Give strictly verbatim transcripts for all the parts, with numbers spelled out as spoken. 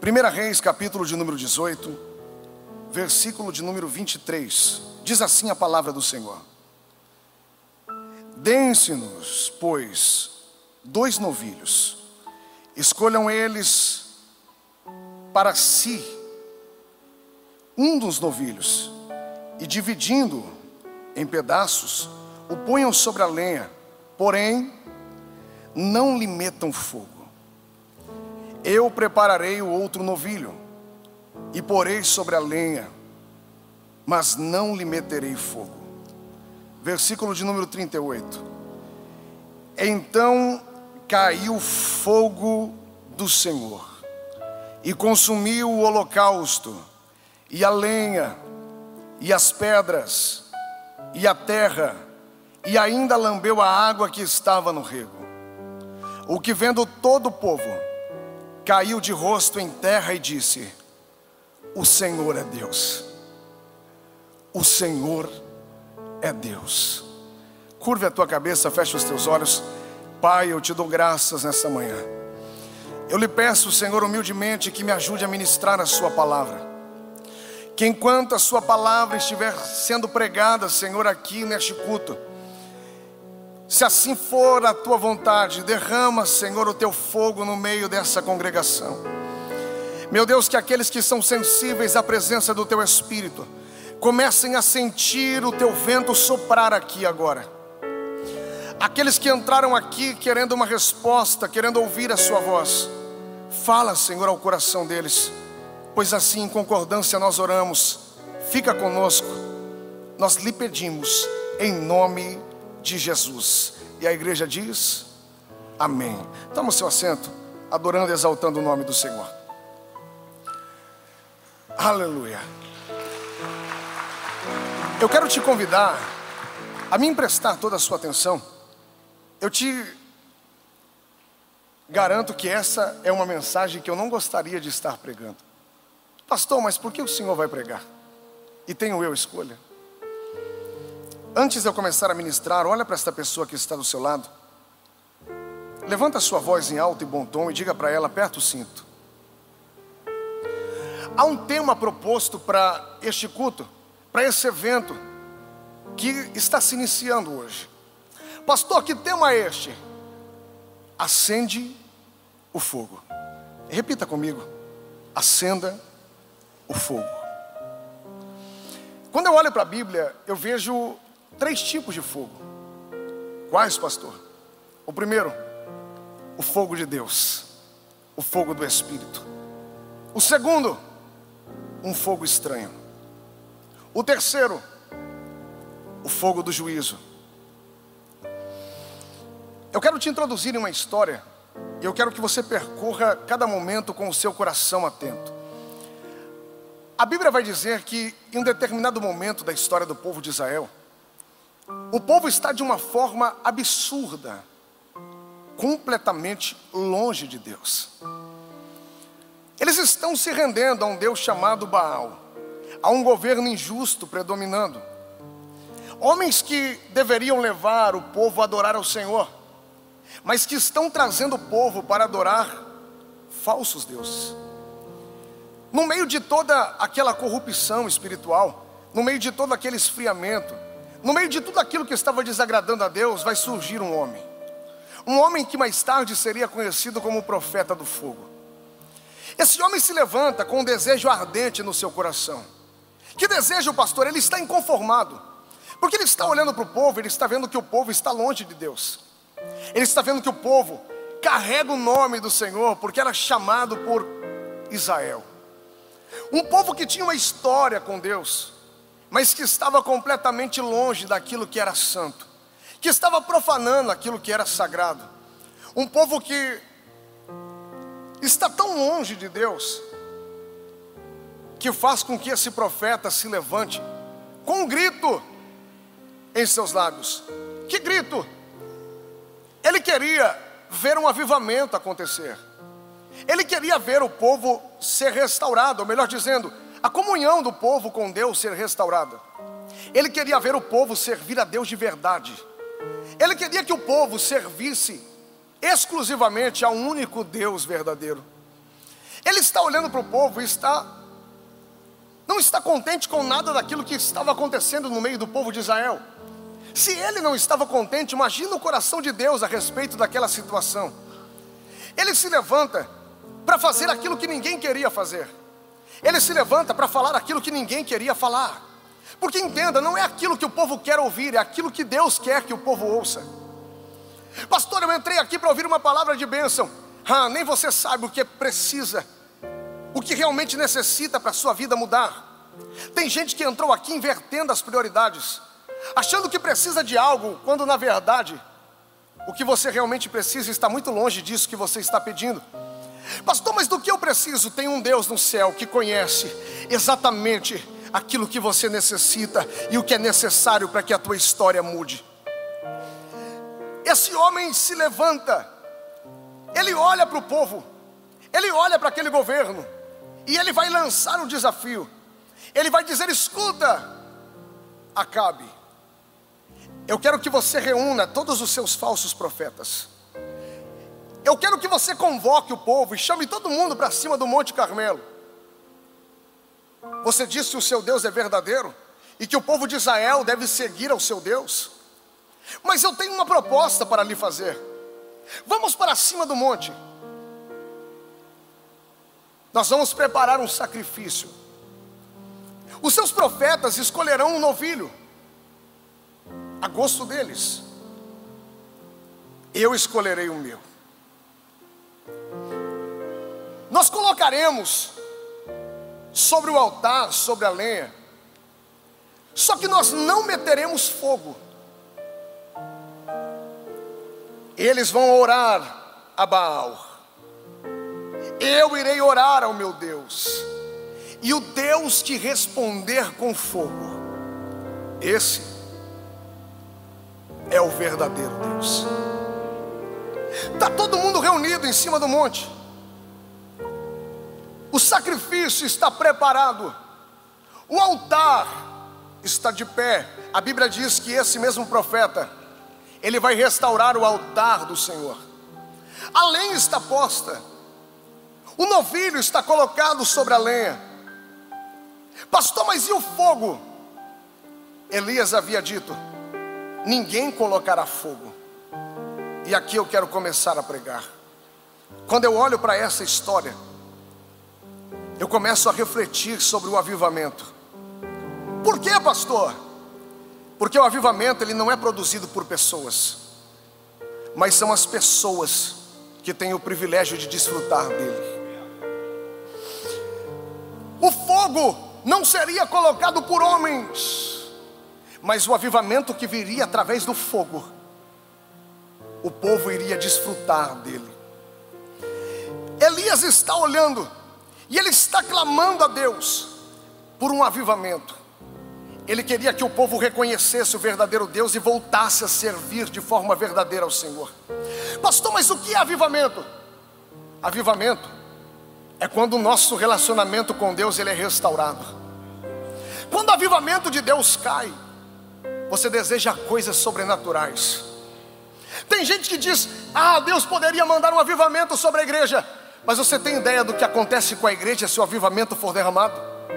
Primeira Reis, capítulo de número dezoito, versículo de número vinte e três. Diz assim a palavra do Senhor: Dêem-se-nos, pois, dois novilhos, escolham eles para si um dos novilhos, e dividindo em pedaços, o ponham sobre a lenha, porém não lhe metam fogo. Eu prepararei o outro novilho, e porei sobre a lenha, mas não lhe meterei fogo. Versículo de número trinta e oito. Então caiu fogo do Senhor, e consumiu o holocausto, e a lenha, e as pedras, e a terra, e ainda lambeu a água que estava no rego. O que vendo todo o povo, caiu de rosto em terra e disse: o Senhor é Deus. O Senhor é Deus. Curve a tua cabeça, fecha os teus olhos. Pai, eu te dou graças nessa manhã. Eu lhe peço, Senhor, humildemente, que me ajude a ministrar a sua palavra. Que enquanto a sua palavra estiver sendo pregada, Senhor, aqui neste culto, se assim for a tua vontade, derrama, Senhor, o teu fogo no meio dessa congregação. Meu Deus, que aqueles que são sensíveis à presença do teu Espírito comecem a sentir o teu vento soprar aqui agora. Aqueles que entraram aqui querendo uma resposta, querendo ouvir a sua voz, fala, Senhor, ao coração deles, pois assim em concordância nós oramos. Fica conosco, nós lhe pedimos em nome de Jesus. E a igreja diz amém. Toma o seu assento, adorando e exaltando o nome do Senhor. Aleluia. Eu quero te convidar a me emprestar toda a sua atenção. Eu te garanto que essa é uma mensagem que eu não gostaria de estar pregando. Pastor, mas por que o senhor vai pregar? E tenho eu escolha? Antes de eu começar a ministrar, olha para esta pessoa que está do seu lado. Levanta a sua voz em alto e bom tom e diga para ela: aperta o cinto. Há um tema proposto para este culto, para esse evento que está se iniciando hoje. Pastor, que tema é este? Acende o fogo. Repita comigo: acenda o fogo. Quando eu olho para a Bíblia, eu vejo três tipos de fogo. Quais, pastor? O primeiro, o fogo de Deus, o fogo do Espírito. O segundo, um fogo estranho. O terceiro, o fogo do juízo. Eu quero te introduzir em uma história, e eu quero que você percorra cada momento com o seu coração atento. A Bíblia vai dizer que em um determinado momento da história do povo de Israel, o povo está de uma forma absurda, completamente longe de Deus. Eles estão se rendendo a um Deus chamado Baal, a um governo injusto predominando. Homens que deveriam levar o povo a adorar ao Senhor, mas que estão trazendo o povo para adorar falsos deuses. No meio de toda aquela corrupção espiritual, no meio de todo aquele esfriamento, no meio de tudo aquilo que estava desagradando a Deus, vai surgir um homem. Um homem que mais tarde seria conhecido como o profeta do fogo. Esse homem se levanta com um desejo ardente no seu coração. Que desejo, pastor? Ele está inconformado, porque ele está olhando para o povo, ele está vendo que o povo está longe de Deus. Ele está vendo que o povo carrega o nome do Senhor, porque era chamado por Israel. Um povo que tinha uma história com Deus, mas que estava completamente longe daquilo que era santo, que estava profanando aquilo que era sagrado. Um povo que está tão longe de Deus, que faz com que esse profeta se levante com um grito em seus lábios. Que grito? Ele queria ver um avivamento acontecer. Ele queria ver o povo ser restaurado, ou melhor dizendo, a comunhão do povo com Deus ser restaurada. Ele queria ver o povo servir a Deus de verdade. Ele queria que o povo servisse exclusivamente a um único Deus verdadeiro. Ele está olhando para o povo e está, não está contente com nada daquilo que estava acontecendo no meio do povo de Israel. Se ele não estava contente, imagina o coração de Deus a respeito daquela situação. Ele se levanta para fazer aquilo que ninguém queria fazer. Ele se levanta para falar aquilo que ninguém queria falar. Porque entenda, não é aquilo que o povo quer ouvir, é aquilo que Deus quer que o povo ouça. Pastor, eu entrei aqui para ouvir uma palavra de bênção. Ah, nem você sabe o que precisa, o que realmente necessita para a sua vida mudar. Tem gente que entrou aqui invertendo as prioridades, achando que precisa de algo, quando na verdade o que você realmente precisa está muito longe disso que você está pedindo. Pastor, mas do que eu preciso? Tem um Deus no céu que conhece exatamente aquilo que você necessita e o que é necessário para que a tua história mude. Esse homem se levanta, ele olha para o povo, ele olha para aquele governo e ele vai lançar um desafio. Ele vai dizer: escuta, Acabe, eu quero que você reúna todos os seus falsos profetas. Eu quero que você convoque o povo e chame todo mundo para cima do Monte Carmelo. Você disse que o seu Deus é verdadeiro e que o povo de Israel deve seguir ao seu Deus. Mas eu tenho uma proposta para lhe fazer. Vamos para cima do monte. Nós vamos preparar um sacrifício. Os seus profetas escolherão um novilho, a gosto deles. Eu escolherei o meu. Nós colocaremos sobre o altar, sobre a lenha. Só que nós não meteremos fogo. Eles vão orar a Baal. Eu irei orar ao meu Deus. E o Deus que responder com fogo, esse é o verdadeiro Deus. Está todo mundo reunido em cima do monte. O sacrifício está preparado. O altar está de pé. A Bíblia diz que esse mesmo profeta, ele vai restaurar o altar do Senhor. A lenha está posta. O novilho está colocado sobre a lenha. Pastor, mas e o fogo? Elias havia dito: ninguém colocará fogo. E aqui eu quero começar a pregar. Quando eu olho para essa história, eu começo a refletir sobre o avivamento. Por quê, pastor? Porque o avivamento, ele não é produzido por pessoas, mas são as pessoas que têm o privilégio de desfrutar dele. O fogo não seria colocado por homens, mas o avivamento que viria através do fogo, o povo iria desfrutar dele. Elias está olhando e ele está clamando a Deus por um avivamento. Ele queria que o povo reconhecesse o verdadeiro Deus e voltasse a servir de forma verdadeira ao Senhor. Pastor, mas o que é avivamento? Avivamento é quando o nosso relacionamento com Deus ele é restaurado. Quando o avivamento de Deus cai, você deseja coisas sobrenaturais. Tem gente que diz: ah, Deus poderia mandar um avivamento sobre a igreja. Mas você tem ideia do que acontece com a igreja se o avivamento for derramado?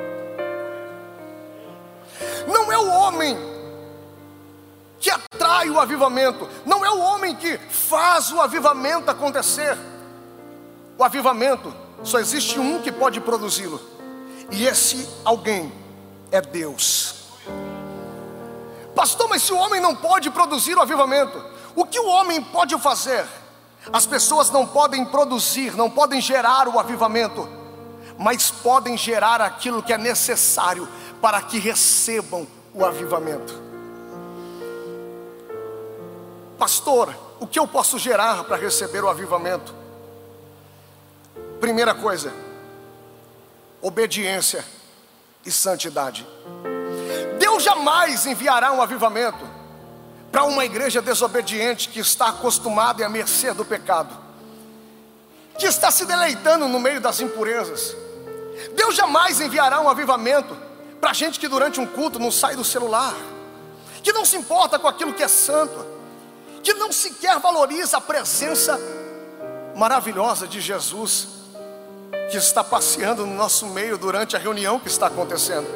Não é o homem que atrai o avivamento, não é o homem que faz o avivamento acontecer. O avivamento, só existe um que pode produzi-lo, e esse alguém é Deus. Pastor, mas se o homem não pode produzir o avivamento, o que o homem pode fazer? As pessoas não podem produzir, não podem gerar o avivamento, mas podem gerar aquilo que é necessário para que recebam o avivamento. Pastor, o que eu posso gerar para receber o avivamento? Primeira coisa, obediência e santidade. Deus jamais enviará um avivamento para uma igreja desobediente que está acostumada e à mercê do pecado, que está se deleitando no meio das impurezas. Deus jamais enviará um avivamento para gente que durante um culto não sai do celular, que não se importa com aquilo que é santo, que não sequer valoriza a presença maravilhosa de Jesus. que está passeando no nosso meio durante a reunião que está acontecendo.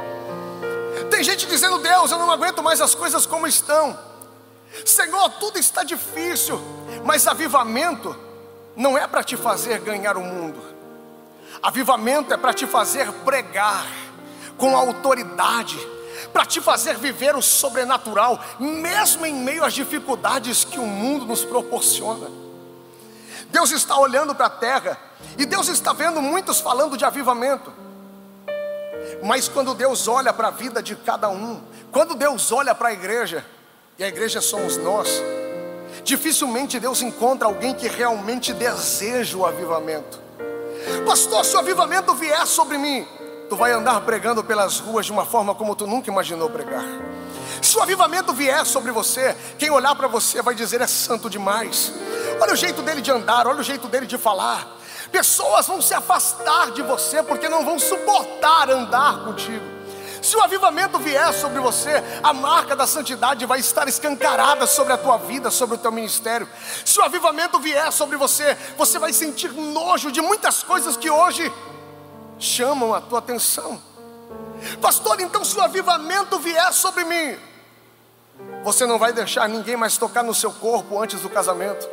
Tem gente dizendo: Deus, eu não aguento mais as coisas como estão. Senhor, tudo está difícil. Mas avivamento não é para te fazer ganhar o mundo. Avivamento é para te fazer pregar com autoridade, para te fazer viver o sobrenatural, mesmo em meio às dificuldades que o mundo nos proporciona. Deus está olhando para a terra e Deus está vendo muitos falando de avivamento. Mas quando Deus olha para a vida de cada um, quando Deus olha para a igreja, e a igreja somos nós, dificilmente Deus encontra alguém que realmente deseja o avivamento. Pastor, se o avivamento vier sobre mim, tu vai andar pregando pelas ruas de uma forma como tu nunca imaginou pregar. Se o avivamento vier sobre você, quem olhar para você vai dizer: é santo demais. Olha o jeito dele de andar, olha o jeito dele de falar. Pessoas vão se afastar de você porque não vão suportar andar contigo. Se o avivamento vier sobre você, a marca da santidade vai estar escancarada sobre a tua vida, sobre o teu ministério. Se o avivamento vier sobre você, você vai sentir nojo de muitas coisas que hoje chamam a tua atenção. Pastor, então se o avivamento vier sobre mim, você não vai deixar ninguém mais tocar no seu corpo antes do casamento.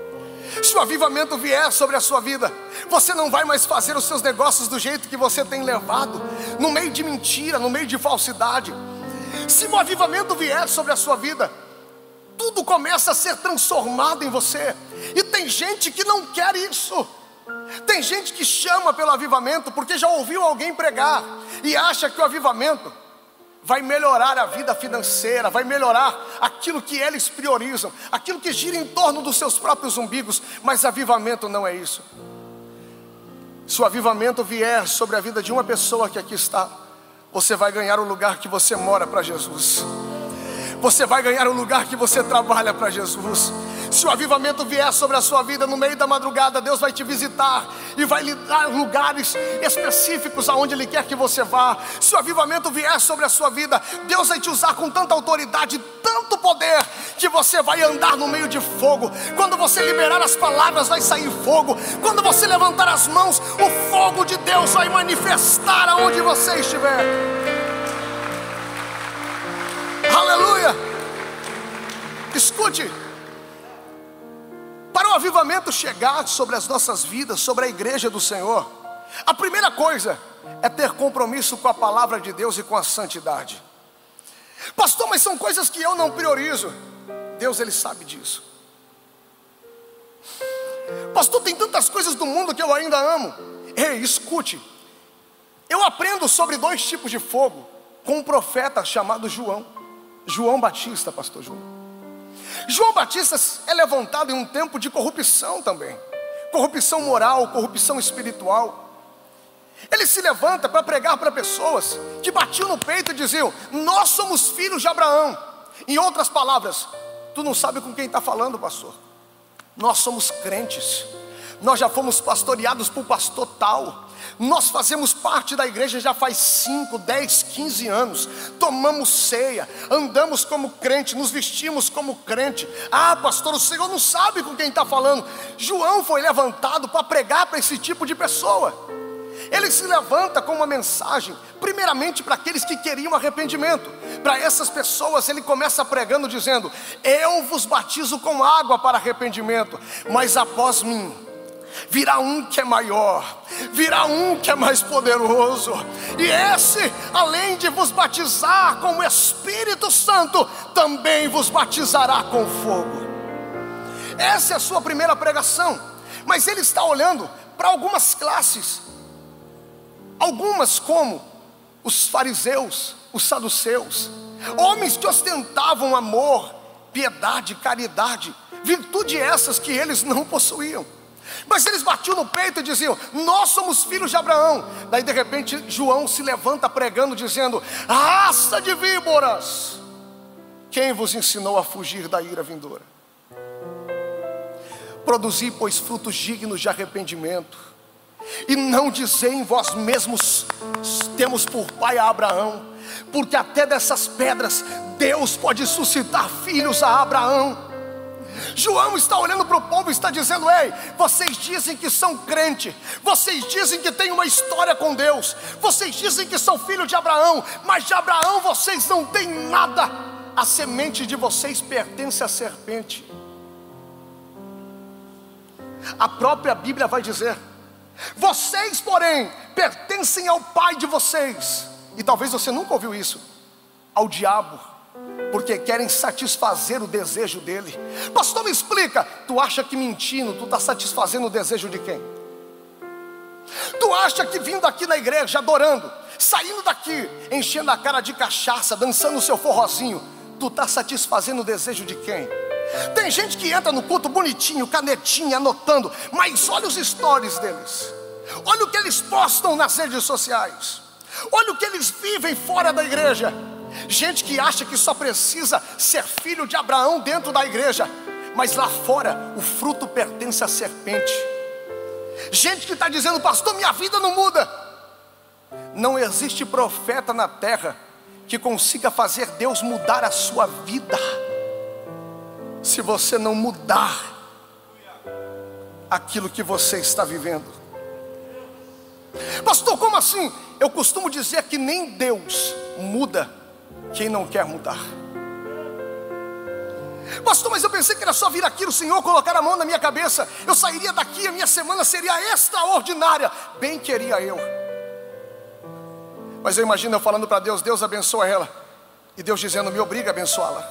Se o avivamento vier sobre a sua vida, você não vai mais fazer os seus negócios do jeito que você tem levado, no meio de mentira, no meio de falsidade. Se o avivamento vier sobre a sua vida, tudo começa a ser transformado em você. E tem gente que não quer isso. Tem gente que chama pelo avivamento porque já ouviu alguém pregar e acha que o avivamento vai melhorar a vida financeira, vai melhorar aquilo que eles priorizam, aquilo que gira em torno dos seus próprios umbigos. Mas avivamento não é isso. Se o avivamento vier sobre a vida de uma pessoa que aqui está, você vai ganhar o lugar que você mora para Jesus. Você vai ganhar o lugar que você trabalha para Jesus. Se o avivamento vier sobre a sua vida no meio da madrugada, Deus vai te visitar e vai lhe dar lugares específicos aonde Ele quer que você vá. Se o avivamento vier sobre a sua vida, Deus vai te usar com tanta autoridade, tanto poder, que você vai andar no meio de fogo. Quando você liberar as palavras, vai sair fogo. Quando você levantar as mãos, o fogo de Deus vai manifestar aonde você estiver. Aleluia! Escute. Para o avivamento chegar sobre as nossas vidas, sobre a igreja do Senhor, a primeira coisa é ter compromisso com a palavra de Deus e com a santidade. Pastor, mas são coisas que eu não priorizo. Deus, Ele sabe disso. Pastor, tem tantas coisas do mundo que eu ainda amo. Ei, escute. Eu aprendo sobre dois tipos de fogo com um profeta chamado João. João Batista, pastor João. João Batista é levantado em um tempo de corrupção também. Corrupção moral, corrupção espiritual. Ele se levanta para pregar para pessoas que batiam no peito e diziam: nós somos filhos de Abraão. Em outras palavras, tu não sabe com quem está falando, pastor. Nós somos crentes. Nós já fomos pastoreados por pastor tal. Nós fazemos parte da igreja já faz cinco, dez, quinze anos. Tomamos ceia, andamos como crente, nos vestimos como crente. Ah, pastor, o Senhor não sabe com quem está falando. João foi levantado para pregar para esse tipo de pessoa. Ele se levanta com uma mensagem, primeiramente para aqueles que queriam arrependimento. Para essas pessoas ele começa pregando dizendo: eu vos batizo com água para arrependimento, mas após mim virá um que é maior, virá um que é mais poderoso. E esse, além de vos batizar com o Espírito Santo, também vos batizará com fogo. Essa é a sua primeira pregação. Mas ele está olhando para algumas classes. Algumas como os fariseus, os saduceus, homens que ostentavam amor, piedade, caridade, virtude essas que eles não possuíam. Mas eles batiam no peito e diziam: nós somos filhos de Abraão. Daí de repente João se levanta pregando dizendo: raça de víboras, quem vos ensinou a fugir da ira vindoura? Produzi, pois, frutos dignos de arrependimento, e não dizei em vós mesmos: temos por pai a Abraão, porque até dessas pedras Deus pode suscitar filhos a Abraão. João está olhando para o povo e está dizendo: ei, vocês dizem que são crente, vocês dizem que tem uma história com Deus, vocês dizem que são filhos de Abraão, mas de Abraão vocês não têm nada. A semente de vocês pertence à serpente. A própria Bíblia vai dizer: vocês, porém, pertencem ao pai de vocês. E talvez você nunca ouviu isso: ao diabo, porque querem satisfazer o desejo dele. Pastor, me explica. Tu acha que mentindo, tu está satisfazendo o desejo de quem? Tu acha que vindo aqui na igreja, adorando, saindo daqui, enchendo a cara de cachaça, dançando o seu forrozinho, tu está satisfazendo o desejo de quem? Tem gente que entra no culto bonitinho, canetinha, anotando, mas olha os stories deles, olha o que eles postam nas redes sociais, olha o que eles vivem fora da igreja. Gente que acha que só precisa ser filho de Abraão dentro da igreja, mas lá fora o fruto pertence à serpente. Gente que está dizendo: pastor, minha vida não muda. Não existe profeta na terra que consiga fazer Deus mudar a sua vida, se você não mudar aquilo que você está vivendo. Pastor, como assim? Eu costumo dizer que nem Deus muda quem não quer mudar. Pastor, mas eu pensei que era só vir aqui o Senhor colocar a mão na minha cabeça, eu sairia daqui, a minha semana seria extraordinária. Bem queria eu. Mas eu imagino eu falando para Deus: Deus abençoa ela, e Deus dizendo: me obriga a abençoá-la.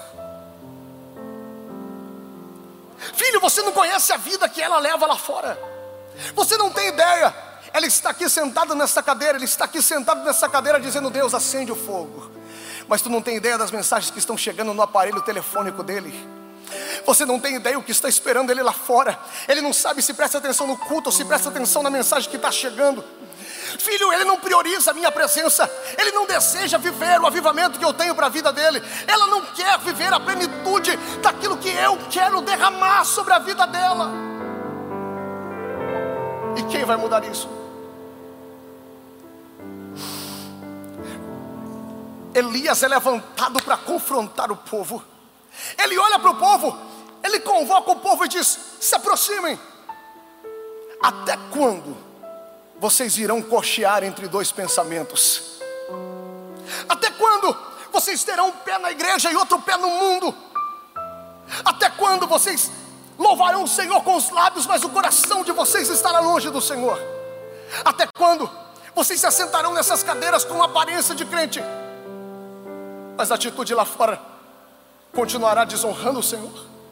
Filho, você não conhece a vida que ela leva lá fora. Você não tem ideia. Ela está aqui sentada nessa cadeira, ele está aqui sentado nessa cadeira dizendo: Deus, acende o fogo. Mas tu não tem ideia das mensagens que estão chegando no aparelho telefônico dele. Você não tem ideia o que está esperando ele lá fora. Ele não sabe se presta atenção no culto ou se presta atenção na mensagem que está chegando. Filho, ele não prioriza a minha presença. Ele não deseja viver o avivamento que eu tenho para a vida dele. Ela não quer viver a plenitude daquilo que eu quero derramar sobre a vida dela. E quem vai mudar isso? Elias é levantado para confrontar o povo. Ele olha para o povo, ele convoca o povo e diz: se aproximem. Até quando vocês irão cochear entre dois pensamentos? Até quando vocês terão um pé na igreja e outro pé no mundo? Até quando vocês louvarão o Senhor com os lábios, mas o coração de vocês estará longe do Senhor? Até quando vocês se assentarão nessas cadeiras com aparência de crente, mas a atitude lá fora continuará desonrando o Senhor?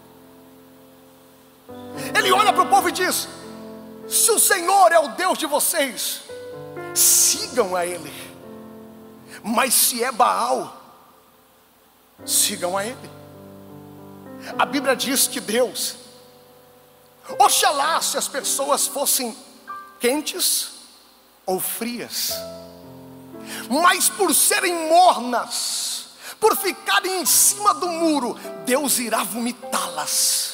Ele olha para o povo e diz: se o Senhor é o Deus de vocês, sigam a Ele. Mas se é Baal, sigam a Ele. A Bíblia diz que Deus, oxalá se as pessoas fossem quentes ou frias, mas por serem mornas, por ficarem em cima do muro, Deus irá vomitá-las.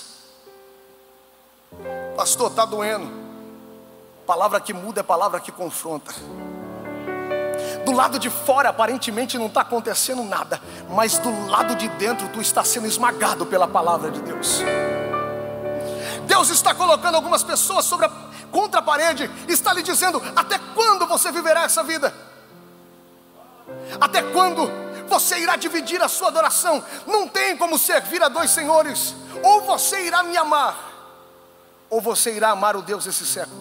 Pastor, está doendo. Palavra que muda é palavra que confronta. Do lado de fora aparentemente não está acontecendo nada, mas do lado de dentro tu está sendo esmagado pela palavra de Deus. Deus está colocando algumas pessoas sobre a, contra a parede, está lhe dizendo: até quando você viverá essa vida? Até quando você irá dividir a sua adoração? Não tem como servir a dois senhores. Ou você irá me amar, ou você irá amar o Deus desse século.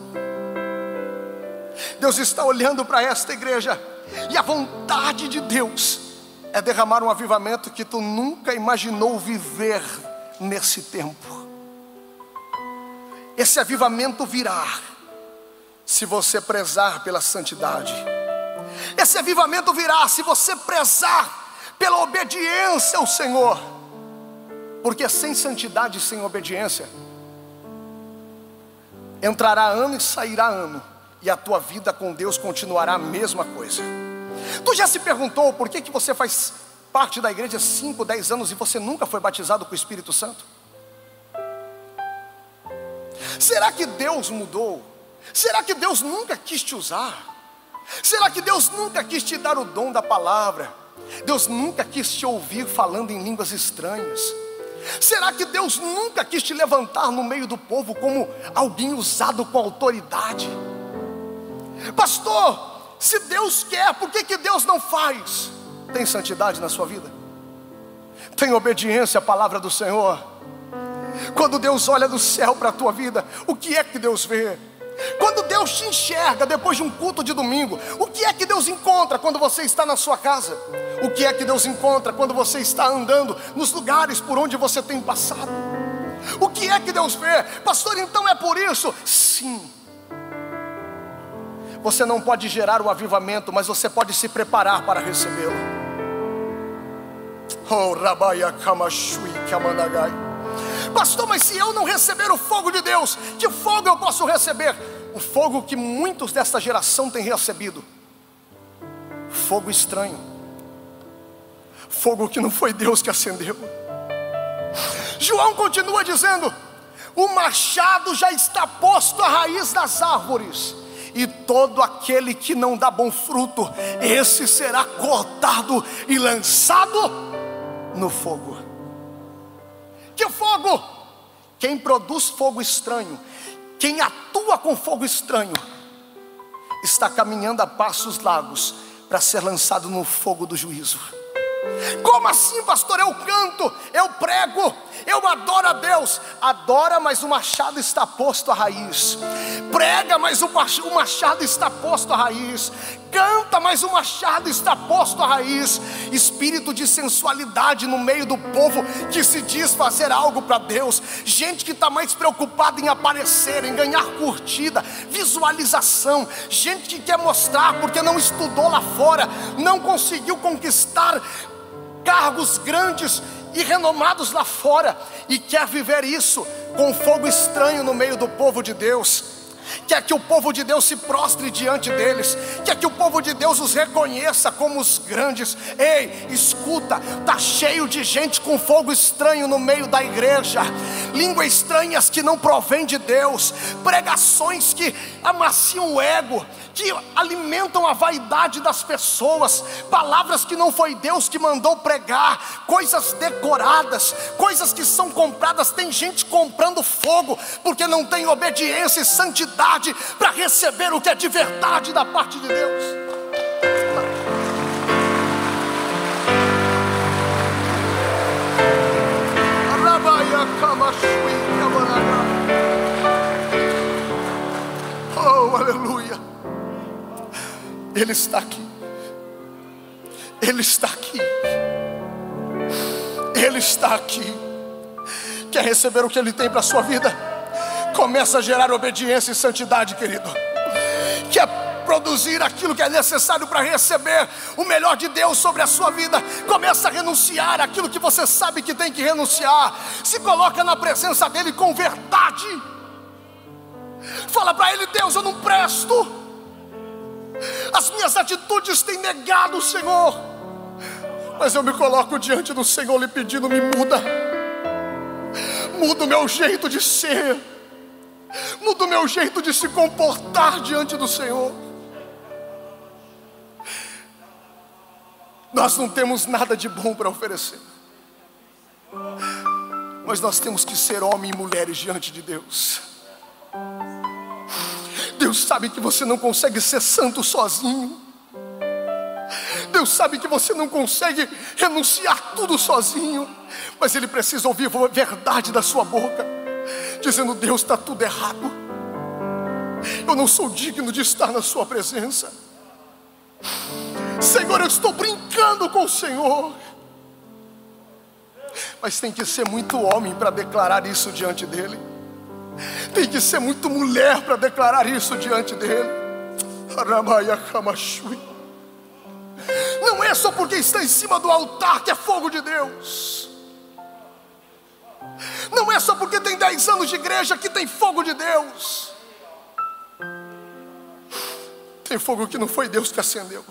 Deus está olhando para esta igreja, e a vontade de Deus é derramar um avivamento que tu nunca imaginou viver nesse tempo. Esse avivamento virá se você prezar pela santidade. Esse avivamento virá se você prezar pela obediência ao Senhor. Porque sem santidade e sem obediência, entrará ano e sairá ano, e a tua vida com Deus continuará a mesma coisa. Tu já se perguntou por que, que você faz parte da igreja há cinco, dez anos e você nunca foi batizado com o Espírito Santo? Será que Deus mudou? Será que Deus nunca quis te usar? Será que Deus nunca quis te dar o dom da palavra? Deus nunca quis te ouvir falando em línguas estranhas? Será que Deus nunca quis te levantar no meio do povo como alguém usado com autoridade? Pastor, se Deus quer, por que que Deus não faz? Tem santidade na sua vida? Tem obediência à palavra do Senhor? Quando Deus olha do céu para a tua vida, o que é que Deus vê? Quando Deus te enxerga depois de um culto de domingo, o que é que Deus encontra quando você está na sua casa? O que é que Deus encontra quando você está andando nos lugares por onde você tem passado? O que é que Deus vê? Pastor, então é por isso? Sim. Você não pode gerar o avivamento, mas você pode se preparar para recebê-lo. Oh, Rabaia Kamashui Kamanagai. Pastor, mas se eu não receber o fogo de Deus, que fogo eu posso receber? O fogo que muitos desta geração têm recebido. Fogo estranho. Fogo que não foi Deus que acendeu. João continua dizendo: o machado já está posto à raiz das árvores, e todo aquele que não dá bom fruto, esse será cortado e lançado no fogo. Que fogo? Quem produz fogo estranho, quem atua com fogo estranho, está caminhando a passos largos para ser lançado no fogo do juízo. Como assim, pastor? Eu canto, eu prego, eu adoro a Deus. Adora, mas o machado está posto à raiz. Prega, mas o machado está posto à raiz. Canta, mas o machado está posto à raiz. Espírito de sensualidade no meio do povo que se diz fazer algo para Deus. Gente que está mais preocupada em aparecer, em ganhar curtida, visualização. Gente que quer mostrar porque não estudou lá fora, não conseguiu conquistar cargos grandes e renomados lá fora, e quer viver isso com fogo estranho no meio do povo de Deus. Quer que o povo de Deus se prostre diante deles, quer que o povo de Deus os reconheça como os grandes. Ei, escuta, está cheio de gente com fogo estranho no meio da igreja, línguas estranhas que não provém de Deus, pregações que amaciam o ego, que alimentam a vaidade das pessoas, palavras que não foi Deus que mandou pregar, coisas decoradas, coisas que são compradas. Tem gente comprando fogo porque não tem obediência e santidade para receber o que é de verdade da parte de Deus. Oh, aleluia. Ele está aqui. Ele está aqui. Ele está aqui. Quer receber o que Ele tem para a sua vida? Começa a gerar obediência e santidade, querido. Quer produzir aquilo que é necessário para receber o melhor de Deus sobre a sua vida? Começa a renunciar aquilo que você sabe que tem que renunciar. Se coloca na presença dEle com verdade. Fala para Ele: Deus, eu não presto. As minhas atitudes têm negado o Senhor, mas eu me coloco diante do Senhor lhe pedindo: me muda. Muda o meu jeito de ser, muda o meu jeito de se comportar diante do Senhor. Nós não temos nada de bom para oferecer, mas nós temos que ser homens e mulheres diante de Deus. Deus sabe que você não consegue ser santo sozinho. Deus sabe que você não consegue renunciar tudo sozinho, mas Ele precisa ouvir a verdade da sua boca, dizendo: Deus, está tudo errado. Eu não sou digno de estar na sua presença. Senhor, eu estou brincando com o Senhor. Mas tem que ser muito homem para declarar isso diante dEle. Tem que ser muito mulher para declarar isso diante dEle. Não é só porque está em cima do altar que é fogo de Deus. Não é só porque tem dez anos de igreja que tem fogo de Deus. Tem fogo que não foi Deus que acendeu.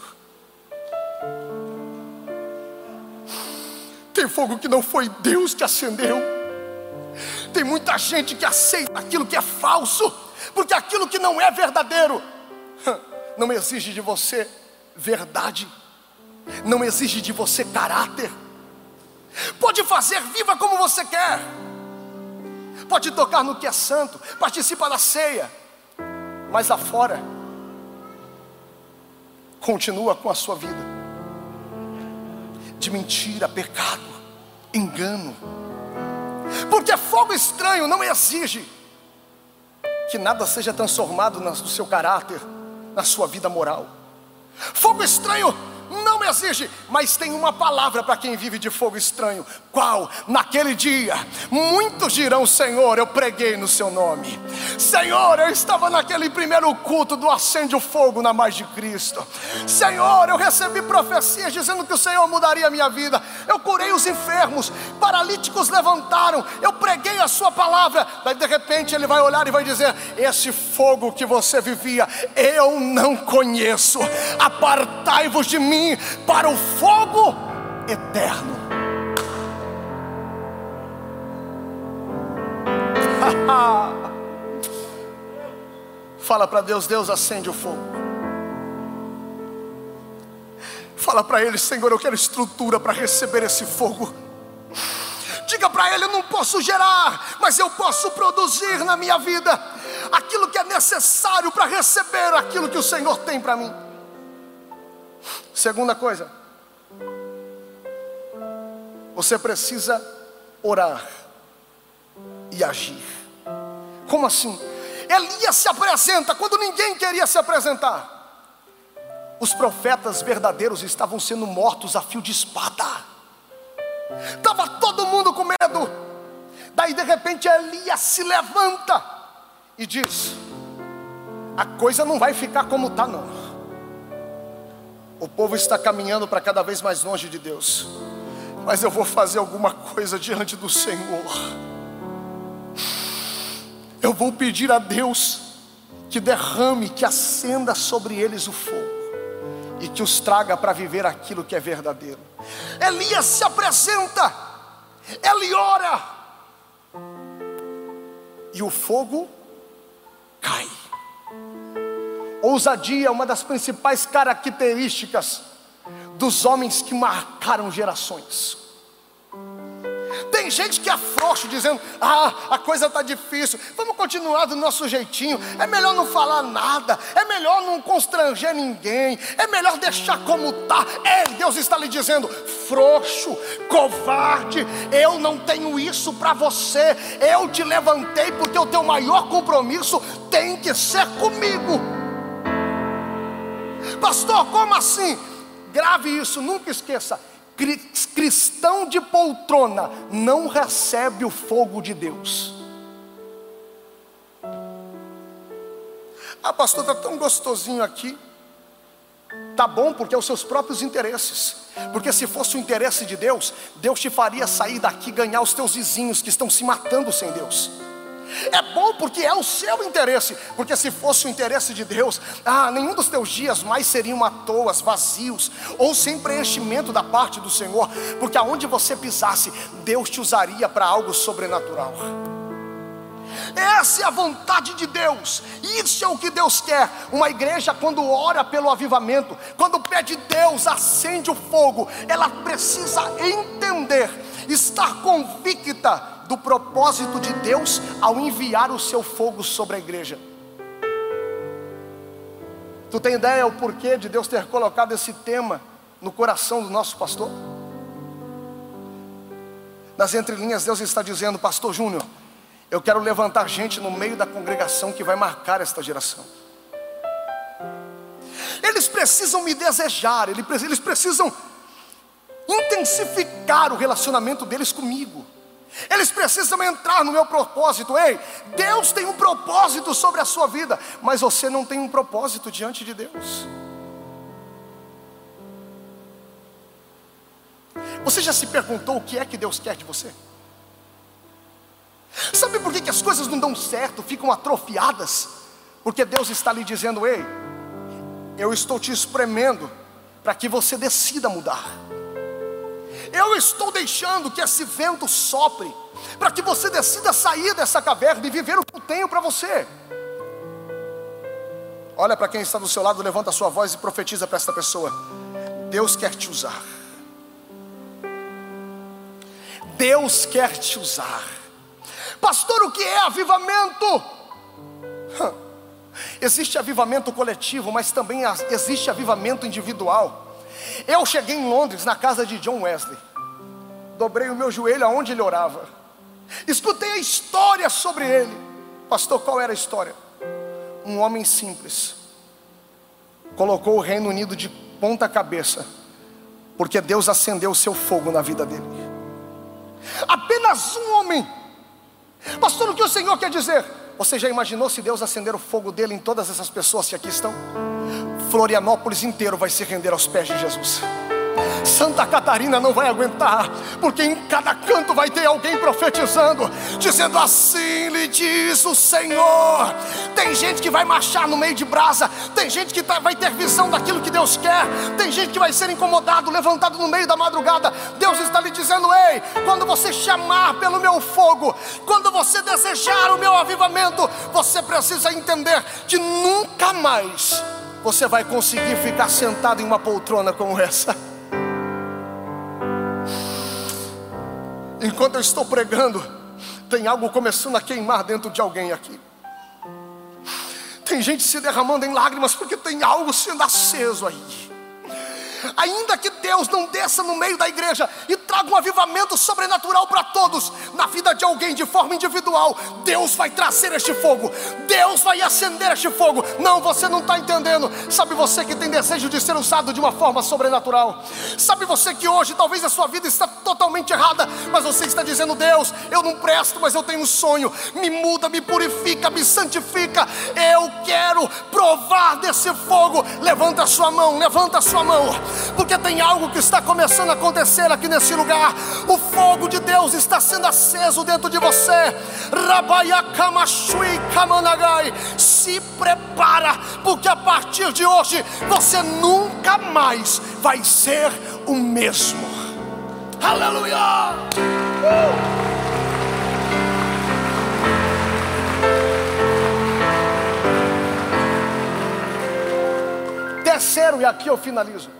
Tem fogo que não foi Deus que acendeu. Tem muita gente que aceita aquilo que é falso, porque aquilo que não é verdadeiro não exige de você verdade, não exige de você caráter. pode fazer, viva como você quer, pode tocar no que é santo, participa da ceia, mas lá fora, continua com a sua vida de mentira, pecado, engano. Porque fogo estranho não exige que nada seja transformado no seu caráter, na sua vida moral. Fogo estranho não exige, mas tem uma palavra para quem vive de fogo estranho. Qual? Naquele dia, muitos dirão: Senhor, eu preguei no seu nome. Senhor, eu estava naquele primeiro culto do Acende o Fogo na Mais de Cristo. Senhor, eu recebi profecias dizendo que o Senhor mudaria a minha vida. Eu curei os enfermos, paralíticos levantaram, eu preguei a sua palavra. Daí de repente ele vai olhar e vai dizer: esse fogo que você vivia, eu não conheço. Apartai-vos de mim para o fogo eterno. Fala para Deus: Deus, acende o fogo. Fala para Ele: Senhor, eu quero estrutura para receber esse fogo. Diga para Ele: eu não posso gerar, mas eu posso produzir na minha vida aquilo que é necessário para receber aquilo que o Senhor tem para mim. Segunda coisa, você precisa orar e agir. Como assim? Elias se apresenta quando ninguém queria se apresentar. Os profetas verdadeiros estavam sendo mortos a fio de espada. Estava todo mundo com medo. Daí de repente Elias se levanta e diz: a coisa não vai ficar como está não. O povo está caminhando para cada vez mais longe de Deus, mas eu vou fazer alguma coisa diante do Senhor. Eu vou pedir a Deus que derrame, que acenda sobre eles o fogo e que os traga para viver aquilo que é verdadeiro. Elias se apresenta, ele ora e o fogo cai. Ousadia é uma das principais características dos homens que marcaram gerações. Tem gente que é frouxo, dizendo: ah, a coisa está difícil, vamos continuar do nosso jeitinho, é melhor não falar nada, é melhor não constranger ninguém, é melhor deixar como está. Ei, Deus está lhe dizendo: frouxo, covarde, eu não tenho isso para você. Eu te levantei porque o teu maior compromisso tem que ser comigo. Pastor, como assim? Grave isso, nunca esqueça: cristão de poltrona não recebe o fogo de Deus. Ah, pastor, está tão gostosinho aqui. Tá bom, porque é os seus próprios interesses. Porque se fosse o interesse de Deus, Deus te faria sair daqui e ganhar os teus vizinhos que estão se matando sem Deus. É bom porque é o seu interesse. Porque se fosse o interesse de Deus, ah, nenhum dos teus dias mais seriam à toa, vazios, ou sem preenchimento da parte do Senhor. Porque aonde você pisasse, Deus te usaria para algo sobrenatural. Essa é a vontade de Deus. Isso é o que Deus quer. Uma igreja, quando ora pelo avivamento, quando pede Deus, acende o fogo, ela precisa entender, estar convicta do propósito de Deus ao enviar o seu fogo sobre a igreja. Tu tem ideia o porquê de Deus ter colocado esse tema no coração do nosso pastor? Nas entrelinhas, Deus está dizendo: Pastor Júnior, eu quero levantar gente no meio da congregação que vai marcar esta geração. Eles precisam me desejar, eles precisam intensificar o relacionamento deles comigo. Eles precisam entrar no meu propósito. Ei, Deus tem um propósito sobre a sua vida, mas você não tem um propósito diante de Deus. Você já se perguntou o que é que Deus quer de você? Sabe por que, que as coisas não dão certo, ficam atrofiadas? Porque Deus está lhe dizendo: ei, eu estou te espremendo para que você decida mudar. Eu estou deixando que esse vento sopre para que você decida sair dessa caverna e viver o que eu tenho para você. Olha para quem está do seu lado, levanta a sua voz e profetiza para esta pessoa: Deus quer te usar. Deus quer te usar. Pastor, o que é avivamento? Existe avivamento coletivo, mas também existe avivamento individual. Eu cheguei em Londres, na casa de John Wesley. Dobrei o meu joelho aonde ele orava. Escutei a história sobre ele. Pastor, qual era a história? Um homem simples colocou o Reino Unido de ponta cabeça, porque Deus acendeu o seu fogo na vida dele. Apenas um homem. Pastor, o que o Senhor quer dizer? Você já imaginou se Deus acender o fogo dele em todas essas pessoas que aqui estão? Florianópolis inteiro vai se render aos pés de Jesus. Santa Catarina não vai aguentar, porque em cada canto vai ter alguém profetizando, dizendo: assim lhe diz o Senhor. Tem gente que vai marchar no meio de brasa, tem gente que tá, vai ter visão daquilo que Deus quer, tem gente que vai ser incomodado, levantado no meio da madrugada. Deus está lhe dizendo: ei, quando você chamar pelo meu fogo, quando você desejar o meu avivamento, você precisa entender que nunca mais você vai conseguir ficar sentado em uma poltrona como essa. Enquanto eu estou pregando, tem algo começando a queimar dentro de alguém aqui. Tem gente se derramando em lágrimas porque tem algo sendo aceso aí. Ainda que Deus não desça no meio da igreja e traga um avivamento sobrenatural para todos, na vida de alguém de forma individual, Deus vai trazer este fogo, Deus vai acender este fogo. Não, você não está entendendo. Sabe você que tem desejo de ser usado de uma forma sobrenatural? Sabe você que hoje talvez a sua vida está totalmente errada, mas você está dizendo: Deus, eu não presto, mas eu tenho um sonho, me muda, me purifica, me santifica, eu quero provar desse fogo. Levanta a sua mão, levanta a sua mão, porque tem algo que está começando a acontecer aqui nesse lugar. O fogo de Deus está sendo aceso dentro de você. Se prepara, porque a partir de hoje você nunca mais vai ser o mesmo. Aleluia! uh! Terceiro, e aqui eu finalizo.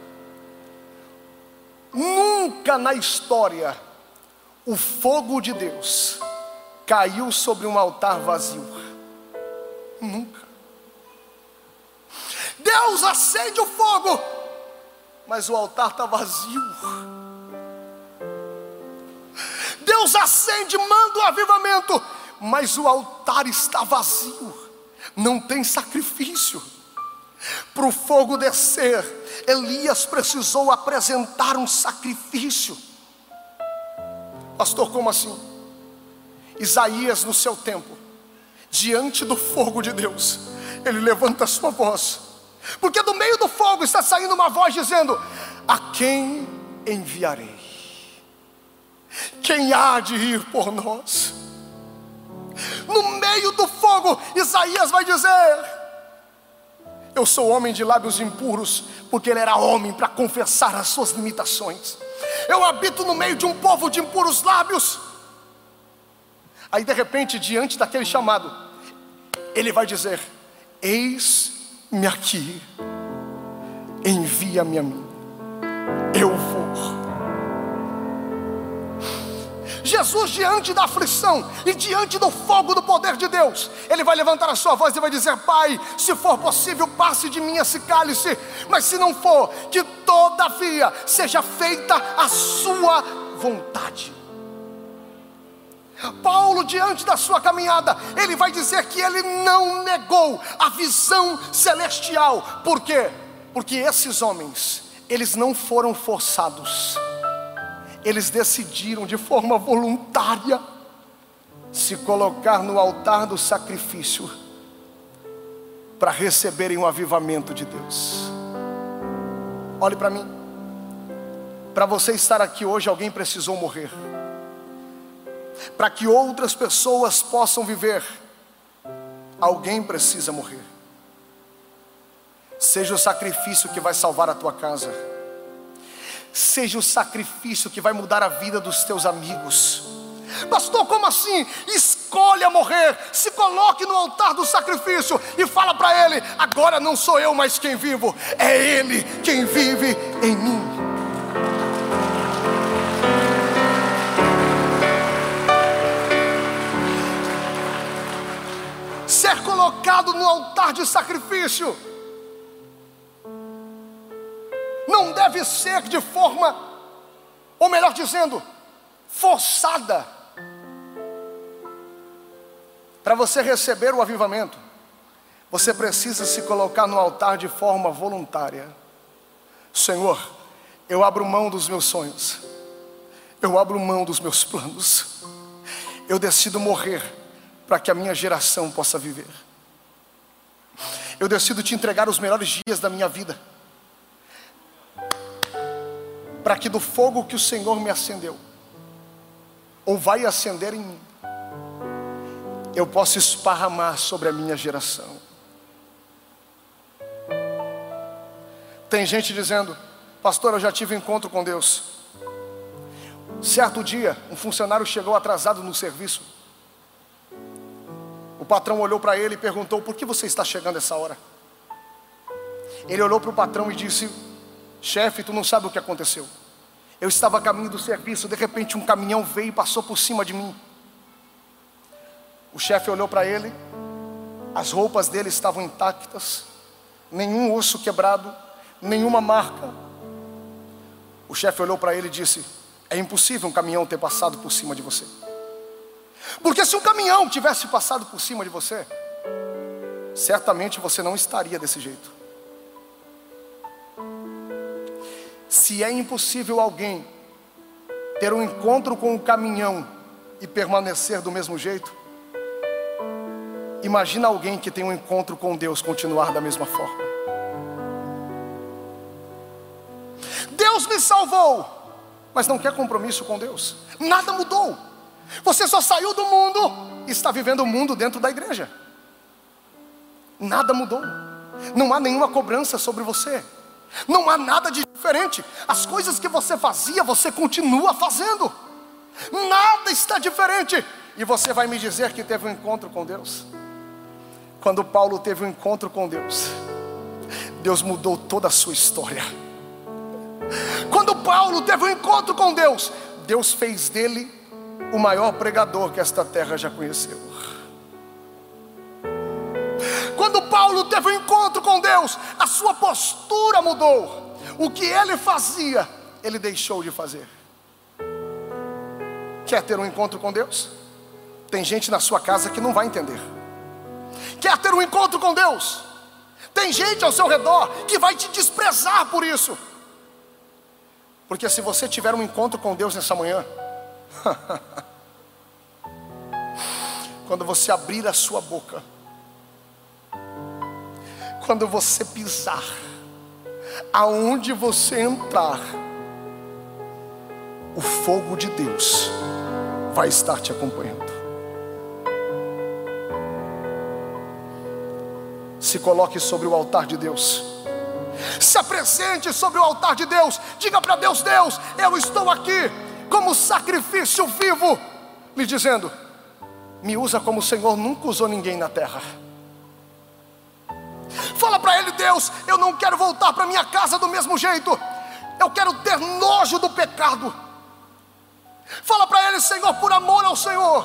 Nunca na história o fogo de Deus caiu sobre um altar vazio. Nunca. Deus acende o fogo, mas o altar está vazio. Deus acende, manda o avivamento, mas o altar está vazio. Não tem sacrifício. Para o fogo descer, Elias precisou apresentar um sacrifício. Pastor, como assim? Isaías, no seu tempo, diante do fogo de Deus, ele levanta a sua voz, porque do meio do fogo está saindo uma voz dizendo: a quem enviarei? Quem há de ir por nós? No meio do fogo, Isaías vai dizer: eu sou homem de lábios impuros, porque ele era homem para confessar as suas limitações. Eu habito no meio de um povo de impuros lábios. Aí de repente, diante daquele chamado, ele vai dizer: eis-me aqui, envia-me a mim, eu vou. Jesus, diante da aflição e diante do fogo do poder de Deus, ele vai levantar a sua voz e vai dizer: Pai, se for possível, passe de mim esse cálice, mas se não for, que todavia seja feita a sua vontade. Paulo, diante da sua caminhada, ele vai dizer que ele não negou a visão celestial. Por quê? Porque esses homens, eles não foram forçados, eles decidiram de forma voluntária se colocar no altar do sacrifício para receberem um avivamento de Deus. Olhe para mim. Para você estar aqui hoje, alguém precisou morrer. Para que outras pessoas possam viver, alguém precisa morrer. Seja o sacrifício que vai salvar a tua casa, seja o sacrifício que vai mudar a vida dos teus amigos. Pastor, como assim? Escolha morrer, se coloque no altar do sacrifício e fala para ele: agora não sou eu mais quem vivo, é ele quem vive em mim. no altar de sacrifício. Não deve ser de forma, ou melhor dizendo, forçada. Para você receber o avivamento, você precisa se colocar no altar de forma voluntária. Senhor, eu abro mão dos meus sonhos, eu abro mão dos meus planos, eu decido morrer para que a minha geração possa viver. Eu decido te entregar os melhores dias da minha vida, para que do fogo que o Senhor me acendeu, ou vai acender em mim, eu possa esparramar sobre a minha geração. Tem gente dizendo: pastor, eu já tive encontro com Deus. Certo dia, um funcionário chegou atrasado no serviço. O patrão olhou para ele e perguntou: por que você está chegando essa hora? Ele olhou para o patrão e disse: chefe, tu não sabe o que aconteceu. Eu estava a caminho do serviço, de repente um caminhão veio e passou por cima de mim. O chefe olhou para ele, as roupas dele estavam intactas, nenhum osso quebrado, nenhuma marca. O chefe olhou para ele e disse: é impossível um caminhão ter passado por cima de você. Porque se um caminhão tivesse passado por cima de você, certamente você não estaria desse jeito. Se é impossível alguém ter um encontro com um caminhão e permanecer do mesmo jeito, imagina alguém que tem um encontro com Deus continuar da mesma forma. Deus me salvou, mas não quer compromisso com Deus. Nada mudou. Você só saiu do mundo e está vivendo o mundo dentro da igreja. Nada mudou. Não há nenhuma cobrança sobre você. Não há nada de diferente. As coisas que você fazia, você continua fazendo. Nada está diferente. E você vai me dizer que teve um encontro com Deus? Quando Paulo teve um encontro com Deus, Deus mudou toda a sua história. Quando Paulo teve um encontro com Deus, Deus fez dele o maior pregador que esta terra já conheceu. Quando Paulo teve um encontro com Deus, a sua postura mudou. O que ele fazia, ele deixou de fazer. Quer ter um encontro com Deus? Tem gente na sua casa que não vai entender. Quer ter um encontro com Deus? Tem gente ao seu redor que vai te desprezar por isso. Porque se você tiver um encontro com Deus nessa manhã, quando você abrir a sua boca, quando você pisar, aonde você entrar, o fogo de Deus vai estar te acompanhando. Se coloque sobre o altar de Deus. Se apresente sobre o altar de Deus. Diga para Deus: Deus, eu estou aqui como sacrifício vivo, lhe dizendo: me usa como o Senhor nunca usou ninguém na terra. Fala para Ele: Deus, eu não quero voltar para minha casa do mesmo jeito. Eu quero ter nojo do pecado. Fala para Ele: Senhor, por amor ao Senhor,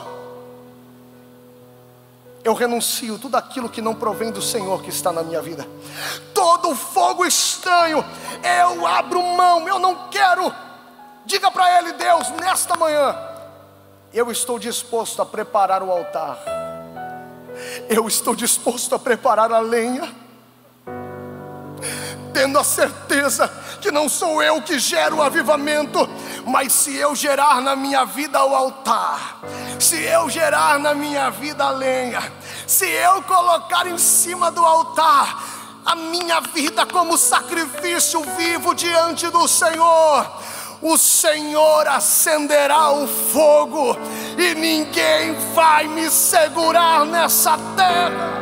eu renuncio tudo aquilo que não provém do Senhor que está na minha vida. Todo fogo estranho, eu abro mão, eu não quero. Diga para Ele: Deus, nesta manhã, eu estou disposto a preparar o altar. Eu estou disposto a preparar a lenha, tendo a certeza que não sou eu que gero o avivamento, mas se eu gerar na minha vida o altar, se eu gerar na minha vida a lenha, se eu colocar em cima do altar a minha vida como sacrifício vivo diante do Senhor, o Senhor acenderá o fogo e ninguém vai me segurar nessa terra.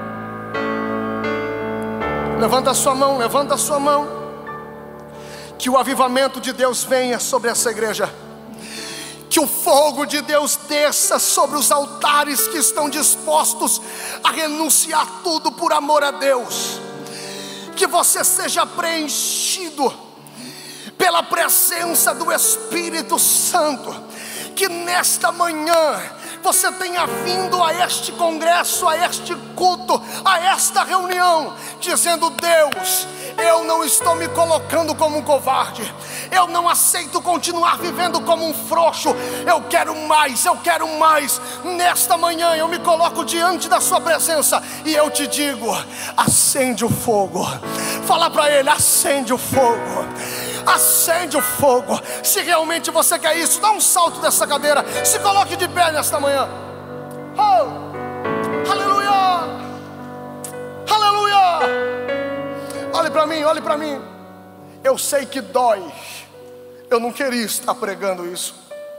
Levanta a sua mão, levanta a sua mão. Que o avivamento de Deus venha sobre essa igreja. Que o fogo de Deus desça sobre os altares que estão dispostos a renunciar tudo por amor a Deus. Que você seja preenchido pela presença do Espírito Santo. Que nesta manhã você tenha vindo a este congresso, a este culto, a esta reunião, dizendo: Deus, eu não estou me colocando como um covarde, eu não aceito continuar vivendo como um frouxo, eu quero mais, eu quero mais. Nesta manhã eu me coloco diante da sua presença e eu te digo: acende o fogo. Fala para ele: acende o fogo, acende o fogo. Se realmente você quer isso, dá um salto dessa cadeira, se coloque de pé nesta manhã. Oh, aleluia, aleluia. Olhe para mim, olhe para mim. Eu sei que dói, eu não queria estar pregando isso.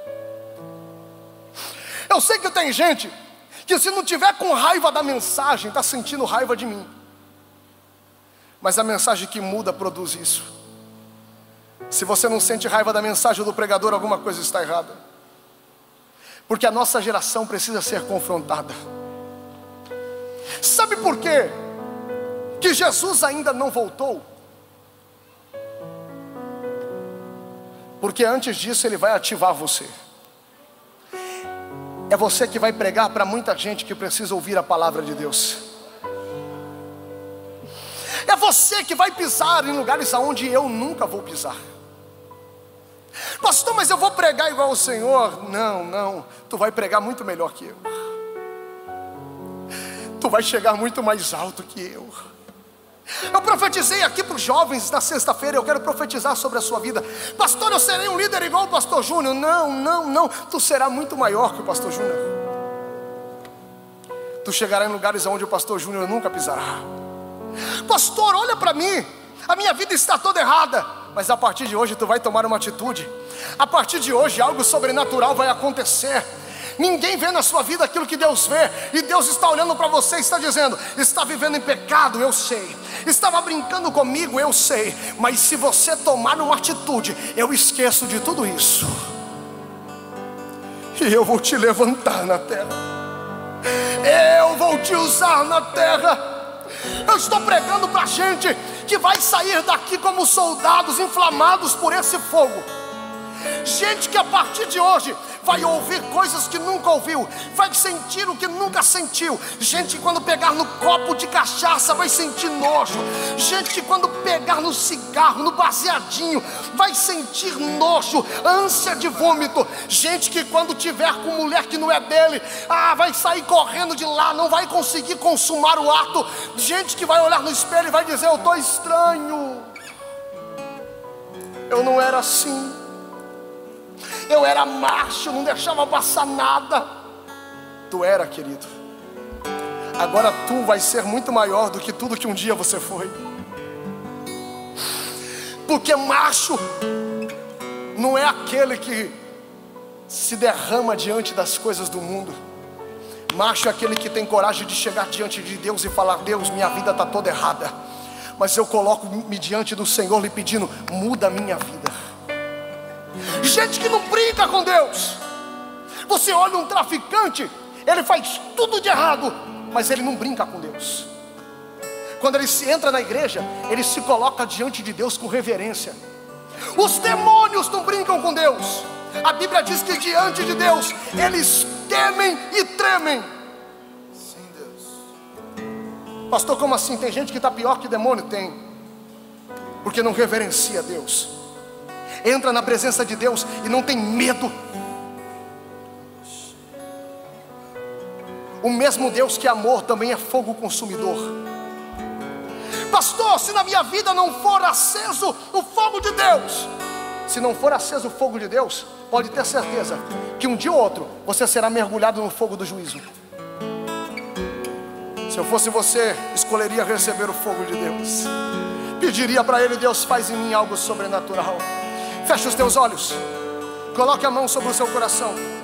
Eu sei que tem gente que, se não tiver com raiva da mensagem, está sentindo raiva de mim. Mas a mensagem que muda produz isso. Se você não sente raiva da mensagem do pregador, alguma coisa está errada. Porque a nossa geração precisa ser confrontada. Sabe por quê que Jesus ainda não voltou? Porque antes disso Ele vai ativar você. É você que vai pregar para muita gente que precisa ouvir a palavra de Deus. É você que vai pisar em lugares aonde eu nunca vou pisar. Pastor, mas eu vou pregar igual o Senhor? Não, não, tu vai pregar muito melhor que eu. Tu vai chegar muito mais alto que eu. Eu profetizei aqui para os jovens na sexta-feira. Eu quero profetizar sobre a sua vida. Pastor, eu serei um líder igual o pastor Júnior. Não, não, não, tu será muito maior que o pastor Júnior. Tu chegará em lugares onde o pastor Júnior nunca pisará. Pastor, olha para mim, a minha vida está toda errada. Mas a partir de hoje tu vai tomar uma atitude. A partir de hoje algo sobrenatural vai acontecer. Ninguém vê na sua vida aquilo que Deus vê. E Deus está olhando para você e está dizendo: está vivendo em pecado, eu sei. Estava brincando comigo, eu sei. Mas se você tomar uma atitude, eu esqueço de tudo isso. E eu vou te levantar na terra. Eu vou te usar na terra. Eu estou pregando para gente que vai sair daqui como soldados inflamados por esse fogo. Gente que a partir de hoje vai ouvir coisas que nunca ouviu, vai sentir o que nunca sentiu. Gente que quando pegar no copo de cachaça vai sentir nojo. Gente que quando pegar no cigarro, no baseadinho, vai sentir nojo, ânsia de vômito. Gente que quando tiver com mulher que não é dele, ah, vai sair correndo de lá, não vai conseguir consumar o ato. Gente que vai olhar no espelho e vai dizer: eu estou estranho, eu não era assim. Eu era macho, não deixava passar nada. Tu era, querido. Agora tu vai ser muito maior do que tudo que um dia você foi. Porque macho não é aquele que se derrama diante das coisas do mundo. Macho é aquele que tem coragem de chegar diante de Deus e falar: Deus, minha vida está toda errada, mas eu coloco-me diante do Senhor lhe pedindo: muda a minha vida. Gente que não brinca com Deus. Você olha um traficante, ele faz tudo de errado, mas ele não brinca com Deus. Quando ele se entra na igreja, ele se coloca diante de Deus com reverência. Os demônios não brincam com Deus. A Bíblia diz que diante de Deus eles temem e tremem. Sim, Deus. Pastor, como assim? Tem gente que está pior que demônio? Tem. Porque não reverencia Deus. Entra na presença de Deus e não tem medo. O mesmo Deus que é amor também é fogo consumidor. Pastor, se na minha vida não for aceso o fogo de Deus, se não for aceso o fogo de Deus, pode ter certeza que um dia ou outro você será mergulhado no fogo do juízo. Se eu fosse você, escolheria receber o fogo de Deus. Pediria para Ele: Deus, faz em mim algo sobrenatural. Feche os teus olhos, coloque a mão sobre o seu coração.